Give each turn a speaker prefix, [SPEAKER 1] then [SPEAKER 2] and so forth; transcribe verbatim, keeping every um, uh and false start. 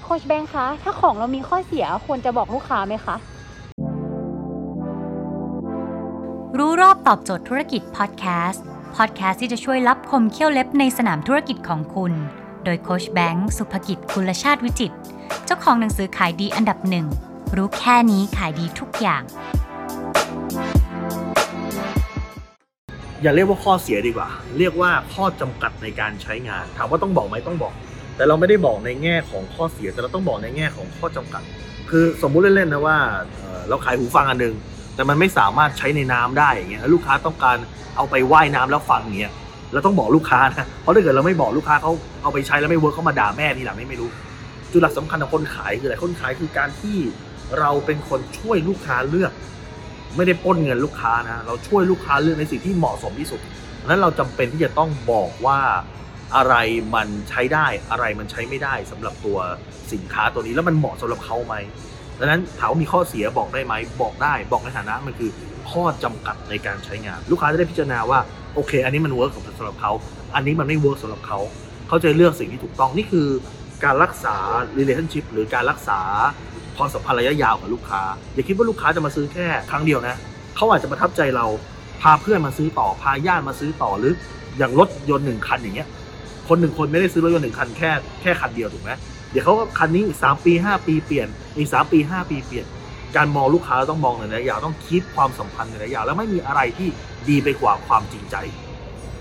[SPEAKER 1] โค้ชแบงค์คะถ้าของเรามีข้อเสียควรจะบอกลูกค้าไหมคะ
[SPEAKER 2] รู้รอบตอบโจทย์ธุรกิจพอดแคสต์พอดแคสต์ที่จะช่วยลับคมเขี้ยวเล็บในสนามธุรกิจของคุณโดยโค้ชแบงค์สุภกิจกุลชาติวิจิตรเจ้าของหนังสือขายดีอันดับหนึ่งรู้แค่นี้ขายดีทุกอย่าง
[SPEAKER 3] อย่าเรียกว่าข้อเสียดีกว่าเรียกว่าข้อจำกัดในการใช้งานถามว่าต้องบอกไหมต้องบอกแต่เราไม่ได้บอกในแง่ของข้อเสียแต่เราต้องบอกในแง่ของข้อจำกัดคือสมมุติเล่นๆนะว่า เอ่อ เราขายหูฟังอันนึงแต่มันไม่สามารถใช้ในน้ำได้อย่างเงี้ยลูกค้าต้องการเอาไปว่ายน้ำแล้วฟังอย่างเงี้ยเราต้องบอกลูกค้านะเพราะถ้าเกิดเราไม่บอกลูกค้าเขาเอาไปใช้แล้วไม่เวิร์กเขามาด่าแม่ทีหลังนี่ไม่รู้จุดหลักสำคัญของคนขายคืออะไรคนขายคือการที่เราเป็นคนช่วยลูกค้าเลือกไม่ได้ปล้นเงินลูกค้านะเราช่วยลูกค้าเลือกในสิ่งที่เหมาะสมที่สุดดังนั้นเราจำเป็นที่จะต้องบอกว่าอะไรมันใช้ได้อะไรมันใช้ไม่ได้สำหรับตัวสินค้าตัวนี้แล้วมันเหมาะสำหรับเขาไหมดังนั้นถามว่ามีข้อเสียบอกได้ไหมบอกได้บอกในฐานะมันคือข้อจำกัดในการใช้งานลูกค้าจะได้พิจารณาว่าโอเคอันนี้มันเวิร์กสำหรับเขาอันนี้มันไม่เวิร์กสำหรับเขาเขาจะเลือกสิ่งที่ถูกต้องนี่คือการรักษา relationship หรือการรักษาความสัมพันธ์ระยะยาวกับลูกค้าอย่าคิดว่าลูกค้าจะมาซื้อแค่ครั้งเดียวนะเขาอาจจะประทับใจเราพาเพื่อนมาซื้อต่อพาญาติมาซื้อต่อหรืออย่างรถยนต์หนึ่งคันอย่างเงี้ยคนหนึ่งคนไม่ได้ซื้อรถยนต์หนึ่งคันแค่แค่คันเดียวถูกไหมเดี๋ยวเขาก็คันนี้อีกสามปีห้าปีเปลี่ยนอีกสามปีห้าปีเปลี่ยนการมองลูกค้าต้องมองในระยะยาวต้องคิดความสัมพันธ์ในระยะยาวแล้วไม่มีอะไรที่ดีไปกว่าความจริงใจ